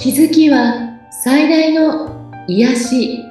気づきは最大の癒し。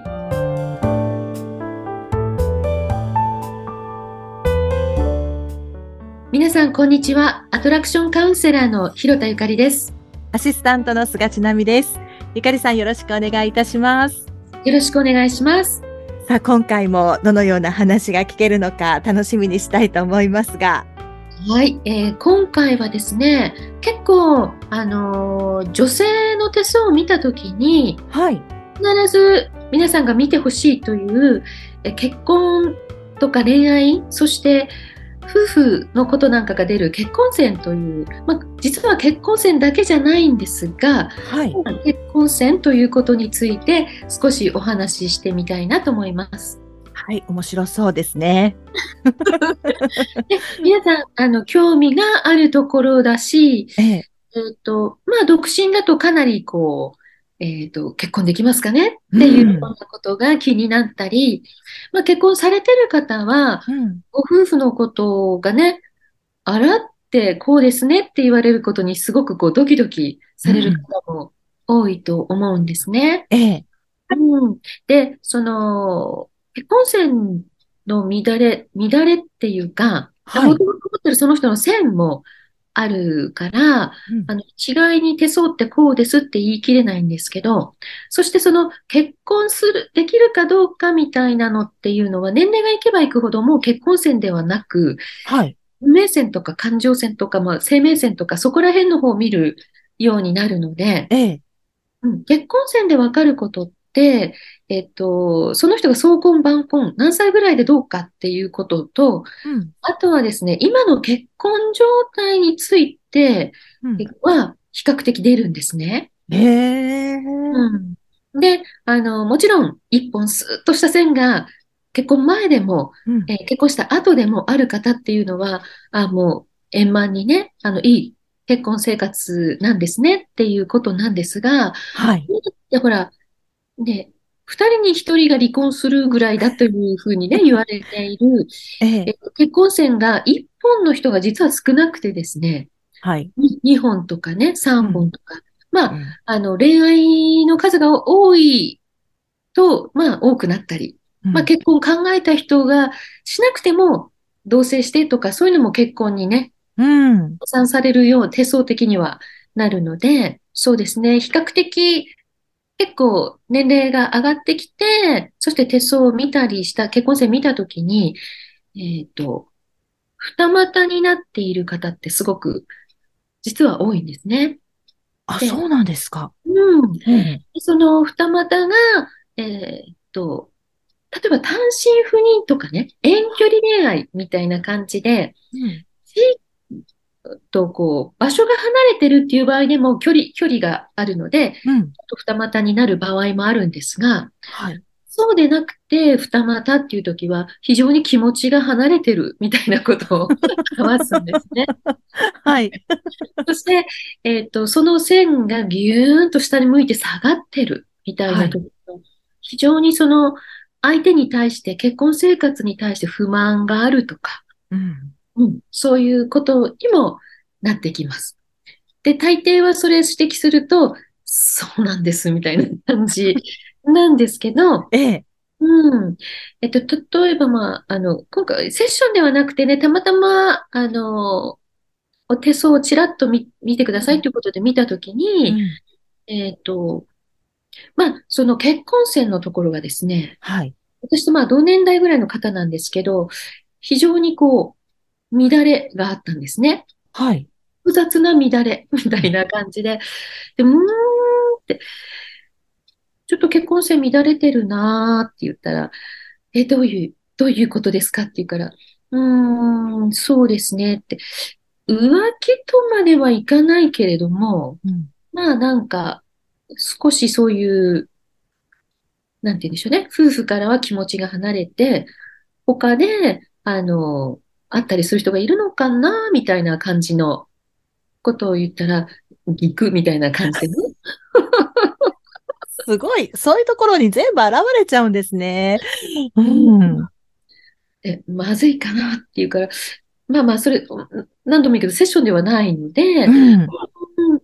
皆さんこんにちは。アトラクションカウンセラーの広田ゆかりです。 アシスタントの菅千奈美です。ゆかりさん、よろしくお願いいたします。 よろしくお願いします。 さあ、今回もどのような話が聞けるのか楽しみにしたいと思いますが。 はい、今回はですね、結構、女性の手相を見たときに、 はい。 必ず皆さんが見てほしいという、結婚とか恋愛、そして夫婦のことなんかが出る結婚線という、実は結婚線だけじゃないんですが、 はい。 結婚線ということについて少しお話ししてみたいなと思います。 はい、面白そうですね。 で、皆さん、興味があるところだし、 ええ。 独身だとかなり結婚できますかねうっていうようん。 なことが気になったり、結婚されてる方は、 うん。 ご夫婦のことがね、あらってこうですねって言われることにすごくドキドキされるうん。 方も多いと思うんですね。 ええ。 うん。で、結婚線の乱れっていうか、 はい。 もともと持ってるその人の線もあるから、 うん。 一概に手相ってこうですって言い切れないんですけど、そしてその結婚できるかどうかみたいなのっていうのは、年齢がいけばいくほどもう結婚線ではなく、 はい。 運命線とか感情線とか、生命線とか、そこら辺の方を見るようになるので、 ええ。 結婚線でわかることって、その人が早婚晩婚、何歳ぐらいでどうかっていうことと、 うん。 あとはですね、今の結婚状態についてうん。 は比較的出るんですね。 ええ。 うん。で、もちろん、一本スーッとした線が結婚前でも、 うん。 結婚した後でもある方っていうのは、もう円満にね、いい結婚生活なんですねっていうことなんですが、 はい。 で、ほら、ね、二人に一人が離婚するぐらいだというふうにね、言われている、 ええ。 結婚線が一本の人が実は少なくてですね、 はい。 二本とかね、三うん。 本とか。まあ、 うん。 恋愛の数が多いと、多くなったり、 うん。 結婚考えた人がしなくても、同棲してとか、そういうのも結婚にね、 うん。 加算されるよう、手相的にはなるので、そうですね、比較的、結構年齢が上がってきて、そして手相を見たりした、結婚線見たときに、えっと、二股になっている方ってすごく、実は多いんですね。 あ、 で、 そうなんですか。 うん。でうん。 その二股が、えっと、例えば単身赴任とかね、遠距離恋愛みたいな感じで、 うん。 地域と場所が離れてるっていう場合でも距離があるので、ちうん。 ょっと二股になる場合もあるんですが、 はい。 そうでなくて、二股っていう時は、非常に気持ちが離れてるみたいなことを表すんですね。 はい。 そして、その線がギューンと下に向いて下がってるみたいはい。 な時と、非常にその相手に対して、結婚生活に対して不満があるとか、 うん。 そういうことにもなってきます。で、大抵はそれ指摘すると、そうなんですみたいな感じなんですけど、 ええ。 うん。例えば、今回、セッションではなくてね、たまたま、お手相をちらっと見てくださいうん。 ということで見たときに、 うん。 えっと、その結婚線のところがですね、 はい。 私と同年代ぐらいの方なんですけど、非常に乱れがあったんですね。 はい。 複雑な乱れみうん。 たいな感じで、で、って、ちょっと結婚線乱れてるなーって言ったら、どういうことですかって言うから、そうですねって、浮気とまではいかないけれども、 うん。 なんか、少しそういう、なんて言うんでしょうね。夫婦からは気持ちが離れて、他で、会ったりする人がいるのかなみたいな感じのことを言ったら、行くみたいな感じでね。 すごい。そういうところに全部現れちゃうんですね。ううん、 ん。 まずいかなっていうから、それ、何度も言うけど、セッションではないので、 うん。 どう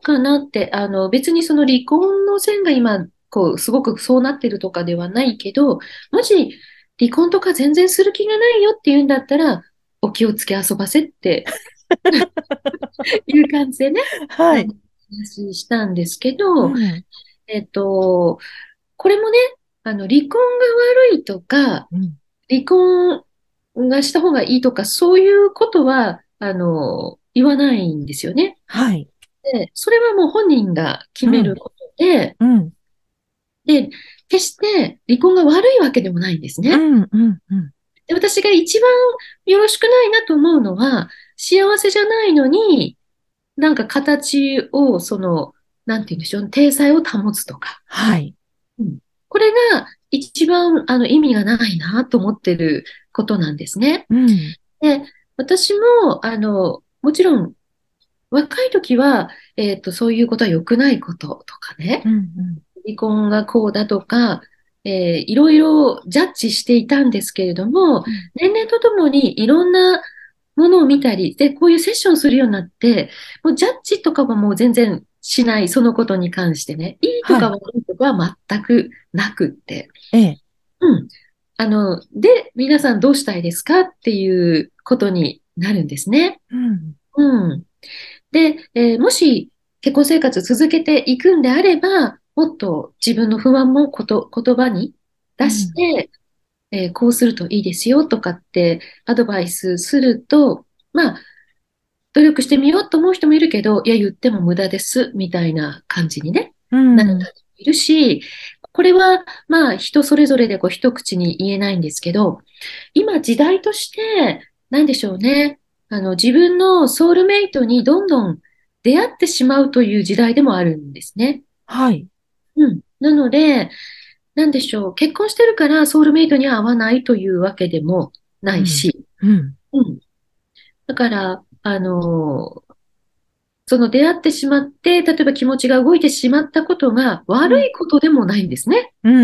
かなって、別にその離婚の線が今、すごくそうなってるとかではないけど、もし離婚とか全然する気がないよっていうんだったら、お気をつけ遊ばせっていう感じでね、 はい。 話したんですけど、 うん。 えっと、これもね、離婚が悪いとか、 うん。 離婚がした方がいいとか、そういうことは、言わないんですよね。 はい。 で、それはもう本人が決うん。 めることで、 うん。 で、決して離婚が悪いわけでもないんですね。 うん。うん。うん。 で、私が一番よろしくないなと思うのは、幸せじゃないのに、なんか形を、なんて言うんでしょう、体裁を保つとか。 はい。 うん、これが一番、意味がないなと思ってることなんですね。 うん。 で、私も、もちろん、若い時は、そういうことは良くないこととかね、 うん。うん。 離婚がこうだとか、いろいろジャッジしていたんですけれども、 うん。 年齢とともにいろんなものを見たり、で、こういうセッションするようになって、もうジャッジとかはもう全然しない、そのことに関してね、いいとはい。 か悪いとかは全くなくって。 ええ。 うん。で、皆さんどうしたいですかっていうことになるんですね。 うん。 うん。で、もし結婚生活続けていくんであれば、もっと自分の不安も言葉に出しうん。 て、こうするといいですよとかってアドバイスすると、まあ、努力してみようと思う人もいるけど、いや、言っても無駄です、みたいな感じにね、 うなるん。 人もいるし、これは、まあ、人それぞれで一口に言えないんですけど、今時代として、なんでしょうね。自分のソウルメイトにどんどん出会ってしまうという時代でもあるんですね。 はい。 うん。なので、なんでしょう。結婚してるからソウルメイトには合わないというわけでもなうん。 いし。 うん。 うん。だから、その出会ってしまって、例えば気持ちが動いてしまったことが悪うん。 いことでもないんですね。 うん。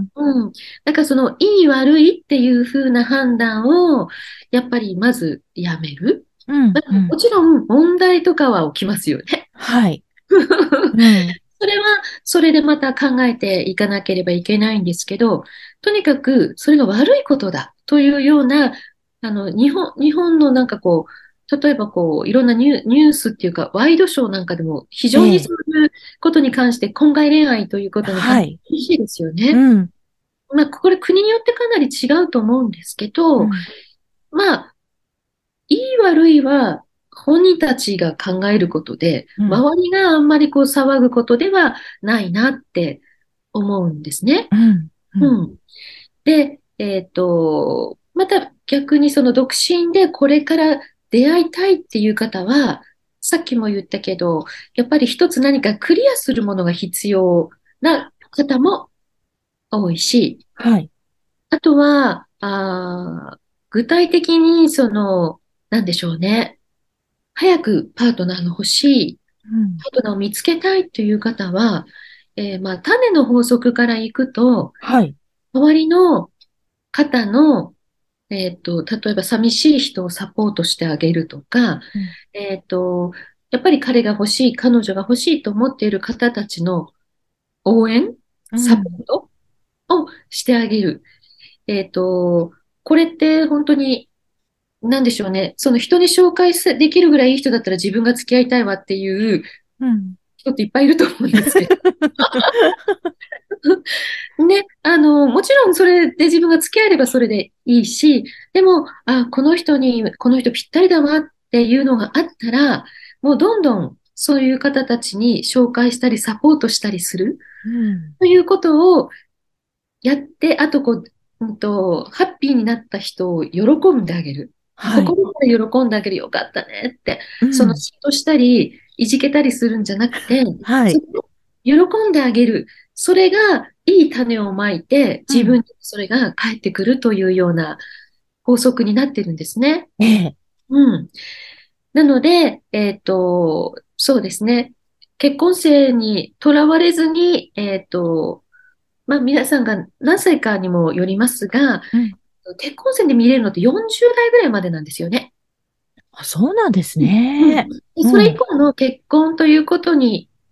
うん。だからその、いい悪いっていう風な判断を、やっぱりまずやめる。 うん。 まあ、 うん。 もちろん問題とかは起きますよね。 はい。うん。 それは、それでまた考えていかなければいけないんですけど、とにかくそれが悪いことだというような、日本のなんか例えばいろんなニュースっていうか、ワイドショーなんかでも非常にそええ。 ういうことに関して、婚外恋愛ということに関してはい。 厳しいですよね。 うん。 まあ、これ国によってかなり違うと思うんですけど、 うん。 まあ、いい悪いは本人たちが考えることで、 うん。 周りがあんまり騒ぐことではないなって思うんですね。 うん。うん。 うん。で、また逆にその独身でこれから出会いたいっていう方は、さっきも言ったけど、やっぱり一つ何かクリアするものが必要な方も多いし、 はい。 あとは、具体的になんでしょうね。早くパートナーが欲しい、 うん。 パートナーを見つけたいという方は、まあ、種の法則からいくと、 はい。 周りの方の、例えば寂しい人をサポートしてあげるとか、 うん。 やっぱり彼が欲しい、彼女が欲しいと思っている方たちの応援、サポうん。 ートをしてあげる。これって本当に、なんでしょうね。その人に紹介できるぐらいいい人だったら自分が付き合いたいわっていううん。 人っていっぱいいると思うんですけど。ね、もちろんそれで自分が付き合えればそれでいいし、でも、この人ぴったりだわっていうのがあったら、もうどんどんそういう方たちに紹介したりサポートしたりするうん。 ということをやって、あとハッピーになった人を喜んであげる。 はい。 心から喜んであげるよかったねって、そのうん。 嫉妬したり、いじけたりするんじゃなくて、 はい。 それを喜んであげる。それがいい種をまいて、 うん。 自分にそれが返ってくるというような法則になってるんですね。 ええ。 うん。なので、そうですね。結婚生にとらわれずに、まあ、皆さんが何歳かにもよりますが、 うん。 結婚線で見れるのって40代ぐらいまでなんですよね。 あ、そうなんですうんうん。 ね。 で、それ以うん。 降の結婚ということに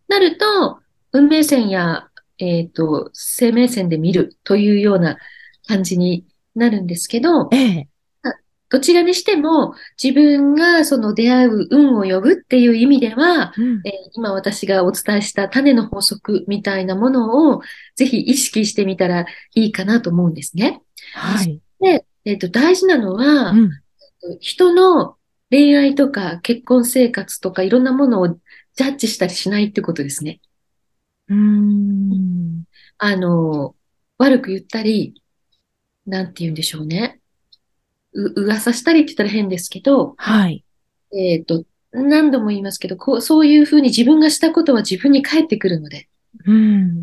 なると、運命線や、生命線で見るというような感じになるんですけど、 ええ。 あどちらにしても自分がその出会う運を呼ぶっていう意味では、 うん。 今私がお伝えした種の法則みたいなものをぜひ意識してみたらいいかなと思うんですね。 はい。 で、大事なのは、 うん。 人の恋愛とか結婚生活とかいろんなものをジャッジしたりしないってことですね。 うーん。 あの、悪く言ったり、なんて言うんでしょうね。噂したりって言ったら変ですけど、 はい。 何度も言いますけど、そういうふうに自分がしたことは自分に返ってくるので。 うん。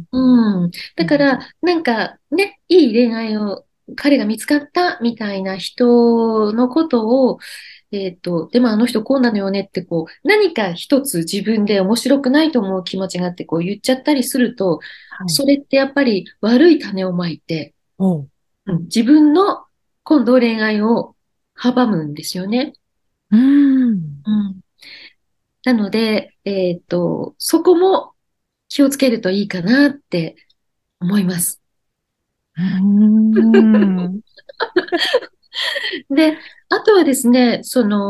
うん。 うん。 だから、なんかね、いい恋愛を彼が見つかったみたいな人のことを、でもあの人こうなのよねってこう、何か一つ自分で面白くないと思う気持ちがあってこう言っちゃったりすると、 はい。 それってやっぱり悪い種をまいて、 おう。 自分の今度恋愛を阻むんですよね。 うーん。 うん。なので、そこも気をつけるといいかなって思います。 うーん。 で、あとはですね、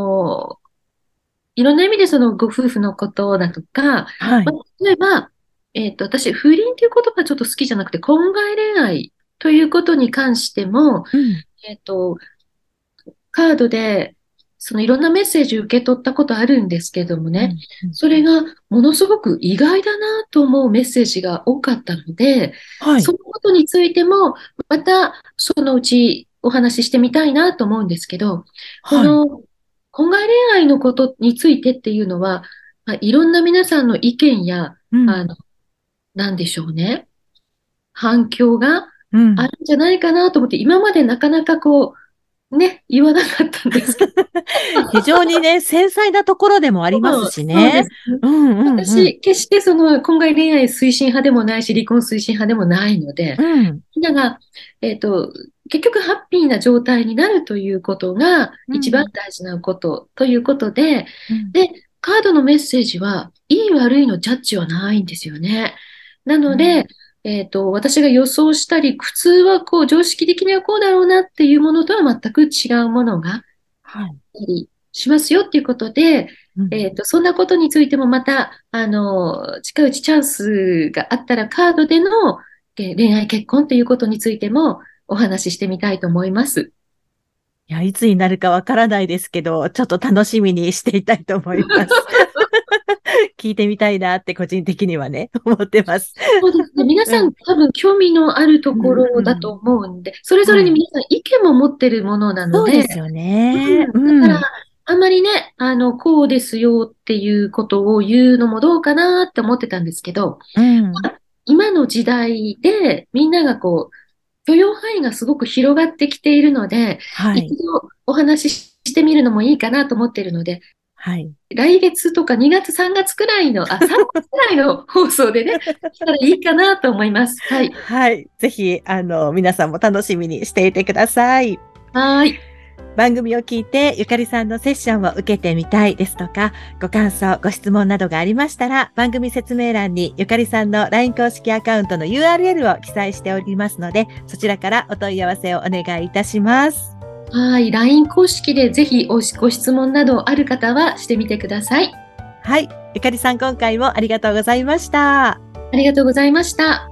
いろんな意味でそのご夫婦のことだとか、 はい。 例えば、私、不倫という言葉ちょっと好きじゃなくて、婚外恋愛ということに関しても、 うん。 えっと、カードで、そのいろんなメッセージ受け取ったことあるんですけどもね、 うん。うん。 それがものすごく意外だなと思うメッセージが多かったので、 はい。 そのことについても、またそのうちお話ししてみたいなと思うんですけど、こはい。 の婚外恋愛のことについてっていうのは、いろんな皆さんの意見や、 うん。 あの、なんでしょうね、反響がうん。 あるんじゃないかなと思って、今までなかなかこう、ね、言わなかったんですけど、 非常にね、繊細なところでもありますしね。 そうですね。 うんうんうん。 私、決してその婚外恋愛推進派でもないし、離婚推進派でもないので、 うん。 みんなが、結局ハッピーな状態になるということが一番うん。 大事なことということで、 うん。 で、カードのメッセージは、いい悪いのジャッジはないんですよね。なので、 うん。 私が予想したり、普通はこう、常識的にはこうだろうなっていうものとは全く違うものが、 はい。 たりしますよっていうことで、 うん。 そんなことについてもまた、近いうちチャンスがあったらカードでの恋愛結婚ということについてもお話ししてみたいと思います。 いや、いつになるかわからないですけど、ちょっと楽しみにしていたいと思います。聞いてみたいなって個人的にはね、思ってます。 そうですね。皆うん。 さん多分興味のあるとこうんろだとうん。 思うんで、それぞれはい。 に皆さん意見も持ってるものなので、 そうですよね。 うん、だから、 うん。 あんまりね、こうですよっていうことを言うのもどうかなって思ってたんですけど、 うん。 今の時代でみんながこう、許容範囲がすごく広がってきているので、 はい。 一度お話ししてみるのもいいかなと思っているので、 はい。 来月とか2月、3月くらいの、3月くらいの放送でね、したらいいかなと思います。はい。 はい。ぜひ、皆さんも楽しみにしていてください。 はい。 番組を聞いて、ゆかりさんのセッションを受けてみたいですとか、ご感想、ご質問などがありましたら、番組説明欄にゆかりさんの LINE 公式アカウントの URL を記載しておりますので、そちらからお問い合わせをお願いいたします。 はい。LINE 公式でぜひご質問などある方はしてみてください。 はい。ゆかりさん、今回もありがとうございました。 ありがとうございました。